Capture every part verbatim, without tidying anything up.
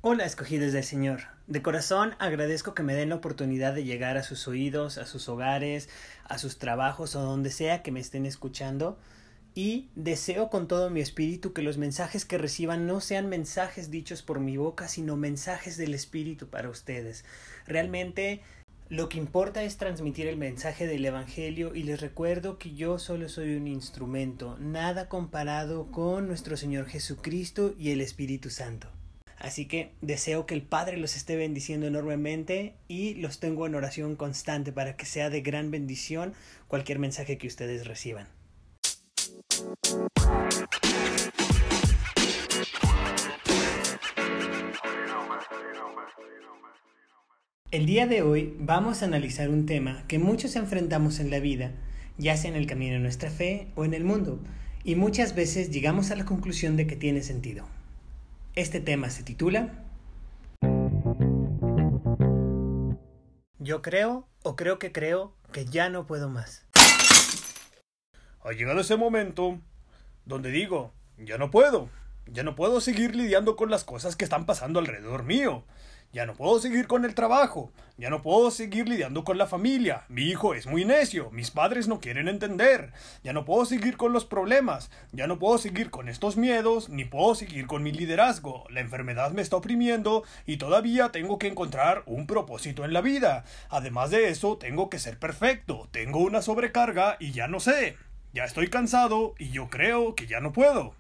Hola, escogidos del Señor. De corazón agradezco que me den la oportunidad de llegar a sus oídos, a sus hogares, a sus trabajos o donde sea que me estén escuchando. Y deseo con todo mi espíritu que los mensajes que reciban no sean mensajes dichos por mi boca, sino mensajes del Espíritu para ustedes. Realmente lo que importa es transmitir el mensaje del Evangelio y les recuerdo que yo solo soy un instrumento, nada comparado con nuestro Señor Jesucristo y el Espíritu Santo. Así que deseo que el Padre los esté bendiciendo enormemente y los tengo en oración constante para que sea de gran bendición cualquier mensaje que ustedes reciban. El día de hoy vamos a analizar un tema que muchos enfrentamos en la vida, ya sea en el camino de nuestra fe o en el mundo, y muchas veces llegamos a la conclusión de que tiene sentido. Este tema se titula Yo creo o creo que creo que ya no puedo más. Ha llegado ese momento donde digo, ya no puedo, ya no puedo seguir lidiando con las cosas que están pasando alrededor mío. Ya no puedo seguir con el trabajo, ya no puedo seguir lidiando con la familia, mi hijo es muy necio, mis padres no quieren entender, ya no puedo seguir con los problemas, ya no puedo seguir con estos miedos, ni puedo seguir con mi liderazgo, la enfermedad me está oprimiendo y todavía tengo que encontrar un propósito en la vida. Además de eso, tengo que ser perfecto, tengo una sobrecarga y ya no sé, ya estoy cansado y yo creo que ya no puedo.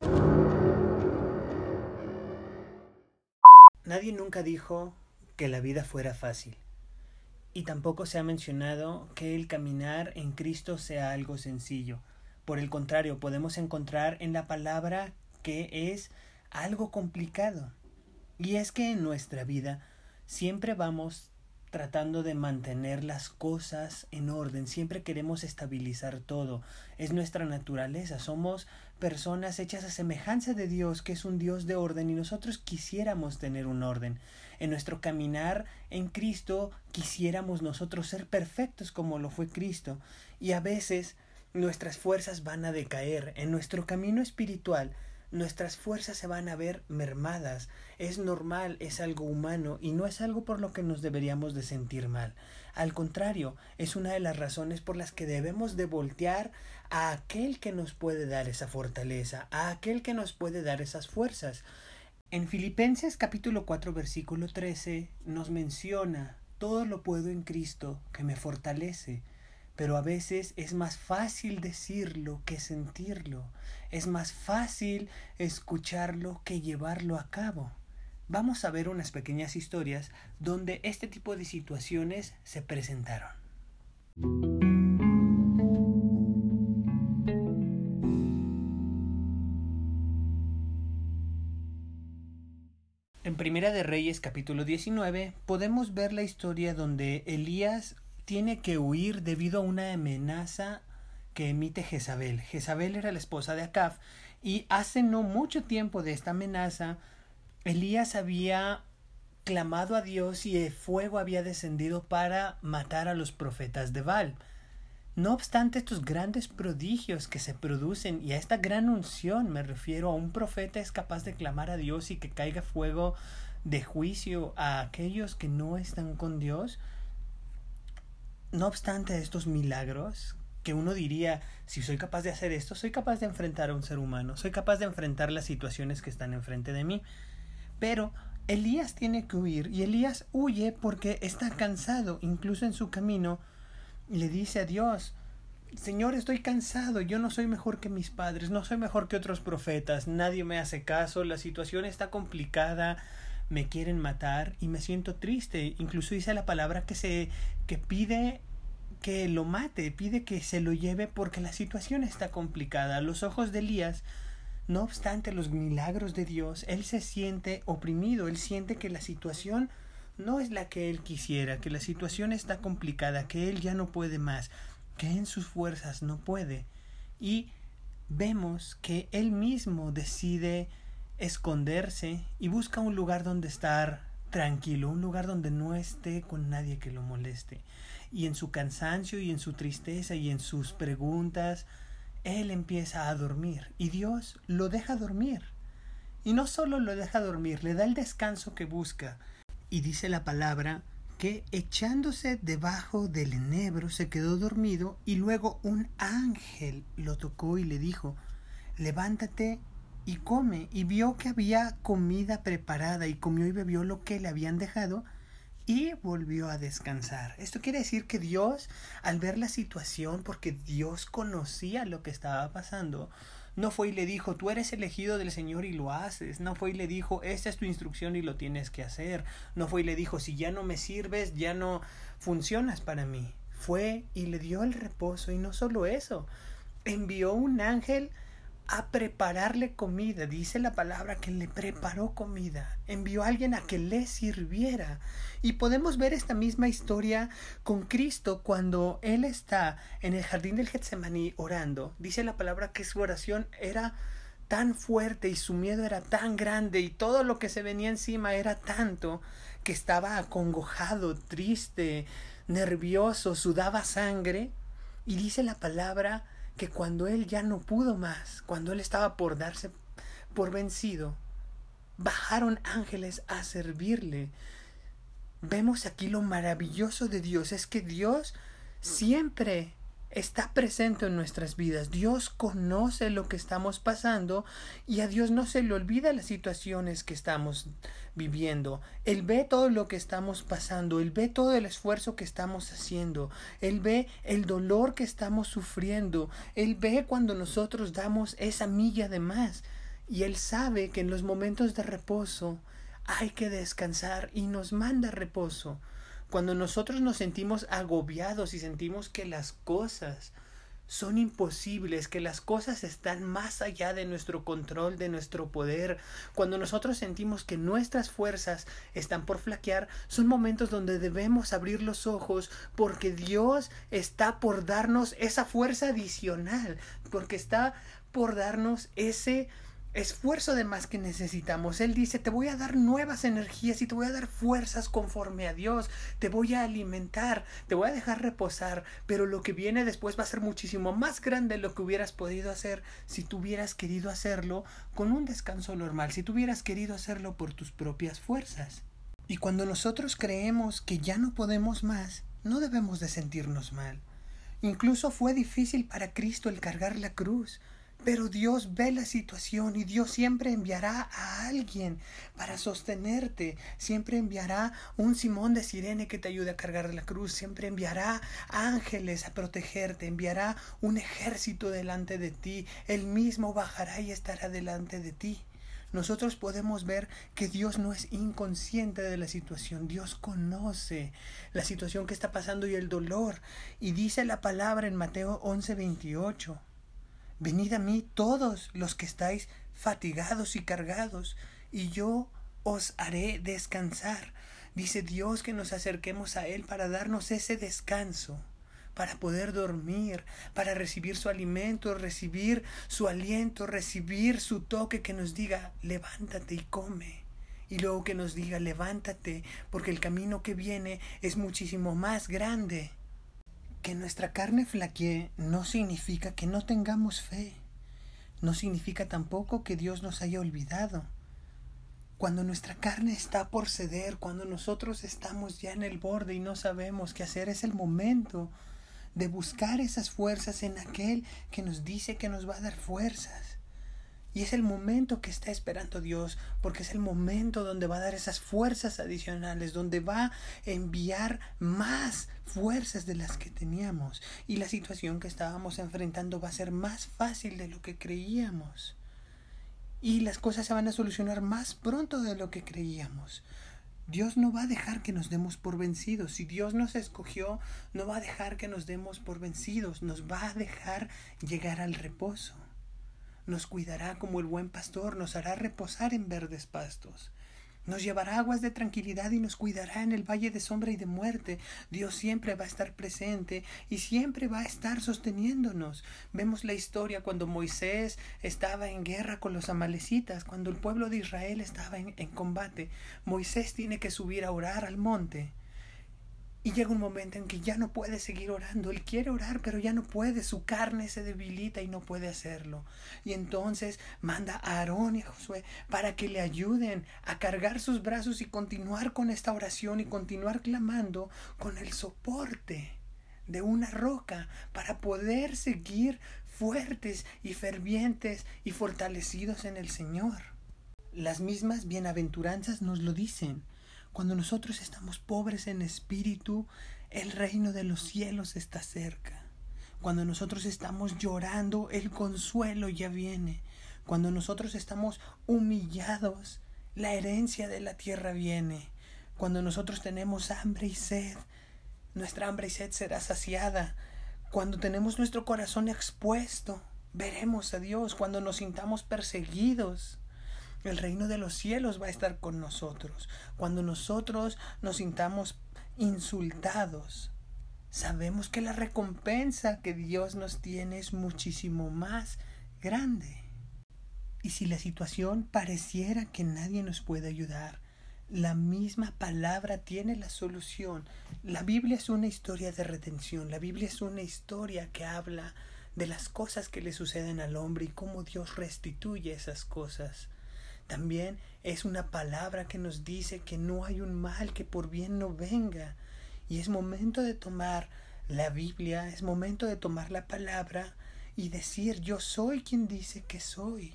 Nadie nunca dijo que la vida fuera fácil, y tampoco se ha mencionado que el caminar en Cristo sea algo sencillo. Por el contrario, podemos encontrar en la palabra que es algo complicado. Y es que en nuestra vida siempre vamos tratando de mantener las cosas en orden, siempre queremos estabilizar todo, es nuestra naturaleza, somos personas hechas a semejanza de Dios, que es un Dios de orden, y nosotros quisiéramos tener un orden. En nuestro caminar en Cristo quisiéramos nosotros ser perfectos como lo fue Cristo, y a veces nuestras fuerzas van a decaer. En nuestro camino espiritual nuestras fuerzas se van a ver mermadas. Es normal, es algo humano y no es algo por lo que nos deberíamos de sentir mal. Al contrario, es una de las razones por las que debemos de voltear a aquel que nos puede dar esa fortaleza, a aquel que nos puede dar esas fuerzas. En Filipenses capítulo cuatro versículo trece nos menciona: todo lo puedo en Cristo que me fortalece. Pero a veces es más fácil decirlo que sentirlo. Es más fácil escucharlo que llevarlo a cabo. Vamos a ver unas pequeñas historias donde este tipo de situaciones se presentaron. En Primera de Reyes capítulo diecinueve podemos ver la historia donde Elías tiene que huir debido a una amenaza que emite Jezabel. Jezabel era la esposa de Acab, y hace no mucho tiempo de esta amenaza, Elías había clamado a Dios y el fuego había descendido para matar a los profetas de Baal. No obstante estos grandes prodigios que se producen y a esta gran unción, me refiero a un profeta es capaz de clamar a Dios y que caiga fuego de juicio a aquellos que no están con Dios. No obstante estos milagros, que uno diría, si soy capaz de hacer esto, soy capaz de enfrentar a un ser humano, soy capaz de enfrentar las situaciones que están enfrente de mí. Pero Elías tiene que huir, y Elías huye porque está cansado. Incluso en su camino le dice a Dios: Señor, estoy cansado, yo no soy mejor que mis padres, no soy mejor que otros profetas, nadie me hace caso, la situación está complicada, me quieren matar y me siento triste. Incluso dice la palabra que se que pide que lo mate, pide que se lo lleve porque la situación está complicada. A los ojos de Elías, no obstante los milagros de Dios, él se siente oprimido, él siente que la situación no es la que él quisiera, que la situación está complicada, que él ya no puede más, que en sus fuerzas no puede. Y vemos que él mismo decide esconderse y busca un lugar donde estar tranquilo, un lugar donde no esté con nadie que lo moleste. Y en su cansancio y en su tristeza y en sus preguntas, él empieza a dormir y Dios lo deja dormir. Y no solo lo deja dormir, le da el descanso que busca. Y dice la palabra que echándose debajo del enebro se quedó dormido y luego un ángel lo tocó y le dijo, levántate y come. Y vio que había comida preparada y comió y bebió lo que le habían dejado y volvió a descansar. Esto quiere decir que Dios, al ver la situación, porque Dios conocía lo que estaba pasando, no fue y le dijo, tú eres elegido del Señor y lo haces. No fue y le dijo, esta es tu instrucción y lo tienes que hacer. No fue y le dijo, si ya no me sirves, ya no funcionas para mí. Fue y le dio el reposo, y no solo eso, envió un ángel a prepararle comida. Dice la palabra que le preparó comida. Envió a alguien a que le sirviera. Y podemos ver esta misma historia con Cristo cuando Él está en el jardín del Getsemaní orando. Dice la palabra que su oración era tan fuerte y su miedo era tan grande y todo lo que se venía encima era tanto que estaba acongojado, triste, nervioso, sudaba sangre. Y dice la palabra que cuando él ya no pudo más, cuando él estaba por darse por vencido, bajaron ángeles a servirle. Vemos aquí lo maravilloso de Dios, es que Dios siempre está presente en nuestras vidas. Dios conoce lo que estamos pasando y a Dios no se le olvida las situaciones que estamos viviendo. Él ve todo lo que estamos pasando, Él ve todo el esfuerzo que estamos haciendo, Él ve el dolor que estamos sufriendo, Él ve cuando nosotros damos esa milla de más y Él sabe que en los momentos de reposo hay que descansar y nos manda reposo. Cuando nosotros nos sentimos agobiados y sentimos que las cosas son imposibles, que las cosas están más allá de nuestro control, de nuestro poder, cuando nosotros sentimos que nuestras fuerzas están por flaquear, son momentos donde debemos abrir los ojos porque Dios está por darnos esa fuerza adicional, porque está por darnos ese esfuerzo de más que necesitamos. Él dice, te voy a dar nuevas energías y te voy a dar fuerzas conforme a Dios, te voy a alimentar, te voy a dejar reposar, pero lo que viene después va a ser muchísimo más grande de lo que hubieras podido hacer si tú hubieras querido hacerlo con un descanso normal, si tú hubieras querido hacerlo por tus propias fuerzas. Y cuando nosotros creemos que ya no podemos más, no debemos de sentirnos mal. Incluso fue difícil para Cristo el cargar la cruz, pero Dios ve la situación y Dios siempre enviará a alguien para sostenerte. Siempre enviará un Simón de Cirene que te ayude a cargar la cruz. Siempre enviará ángeles a protegerte. Enviará un ejército delante de ti. Él mismo bajará y estará delante de ti. Nosotros podemos ver que Dios no es inconsciente de la situación. Dios conoce la situación que está pasando y el dolor. Y dice la palabra en Mateo once veintiocho. Venid a mí todos los que estáis fatigados y cargados, y yo os haré descansar. Dice Dios que nos acerquemos a Él para darnos ese descanso, para poder dormir, para recibir su alimento, recibir su aliento, recibir su toque que nos diga, levántate y come. Y luego que nos diga, levántate, porque el camino que viene es muchísimo más grande. Que nuestra carne flaquee no significa que no tengamos fe. No significa tampoco que Dios nos haya olvidado. Cuando nuestra carne está por ceder, cuando nosotros estamos ya en el borde y no sabemos qué hacer, es el momento de buscar esas fuerzas en aquel que nos dice que nos va a dar fuerzas. Y es el momento que está esperando Dios, porque es el momento donde va a dar esas fuerzas adicionales, donde va a enviar más fuerzas de las que teníamos. Y la situación que estábamos enfrentando va a ser más fácil de lo que creíamos. Y las cosas se van a solucionar más pronto de lo que creíamos. Dios no va a dejar que nos demos por vencidos. Si Dios nos escogió, no va a dejar que nos demos por vencidos. Nos va a dejar llegar al reposo. Nos cuidará como el buen pastor, nos hará reposar en verdes pastos. Nos llevará aguas de tranquilidad y nos cuidará en el valle de sombra y de muerte. Dios siempre va a estar presente y siempre va a estar sosteniéndonos. Vemos la historia cuando Moisés estaba en guerra con los amalecitas, cuando el pueblo de Israel estaba en, en combate. Moisés tiene que subir a orar al monte. Y llega un momento en que ya no puede seguir orando. Él quiere orar, pero ya no puede. Su carne se debilita y no puede hacerlo. Y entonces manda a Aarón y a Josué para que le ayuden a cargar sus brazos y continuar con esta oración y continuar clamando con el soporte de una roca para poder seguir fuertes y fervientes y fortalecidos en el Señor. Las mismas bienaventuranzas nos lo dicen. Cuando nosotros estamos pobres en espíritu, el reino de los cielos está cerca. Cuando nosotros estamos llorando, el consuelo ya viene. Cuando nosotros estamos humillados, la herencia de la tierra viene. Cuando nosotros tenemos hambre y sed, nuestra hambre y sed será saciada. Cuando tenemos nuestro corazón expuesto, veremos a Dios. Cuando nos sintamos perseguidos, el reino de los cielos va a estar con nosotros. Cuando nosotros nos sintamos insultados, sabemos que la recompensa que Dios nos tiene es muchísimo más grande. Y si la situación pareciera que nadie nos puede ayudar, la misma palabra tiene la solución. La Biblia es una historia de redención. La Biblia es una historia que habla de las cosas que le suceden al hombre y cómo Dios restituye esas cosas. También es una palabra que nos dice que no hay un mal que por bien no venga. Y es momento de tomar la Biblia, es momento de tomar la palabra y decir: yo soy quien dice que soy.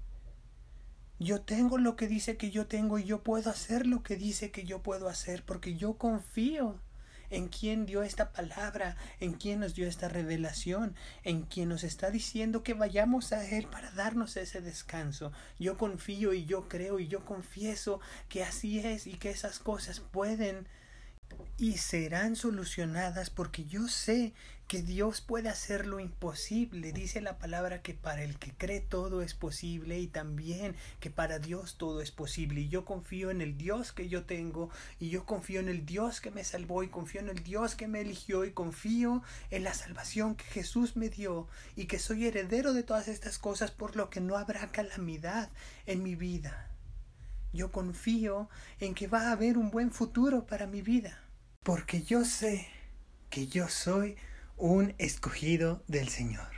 Yo tengo lo que dice que yo tengo y yo puedo hacer lo que dice que yo puedo hacer porque yo confío en quien dio esta palabra, en quien nos dio esta revelación, en quien nos está diciendo que vayamos a Él para darnos ese descanso. Yo confío y yo creo y yo confieso que así es y que esas cosas pueden y serán solucionadas porque yo sé que Dios puede hacer lo imposible. Dice la palabra que para el que cree todo es posible y también que para Dios todo es posible. Y yo confío en el Dios que yo tengo y yo confío en el Dios que me salvó y confío en el Dios que me eligió y confío en la salvación que Jesús me dio y que soy heredero de todas estas cosas, por lo que no habrá calamidad en mi vida. Yo confío en que va a haber un buen futuro para mi vida, porque yo sé que yo soy un escogido del Señor.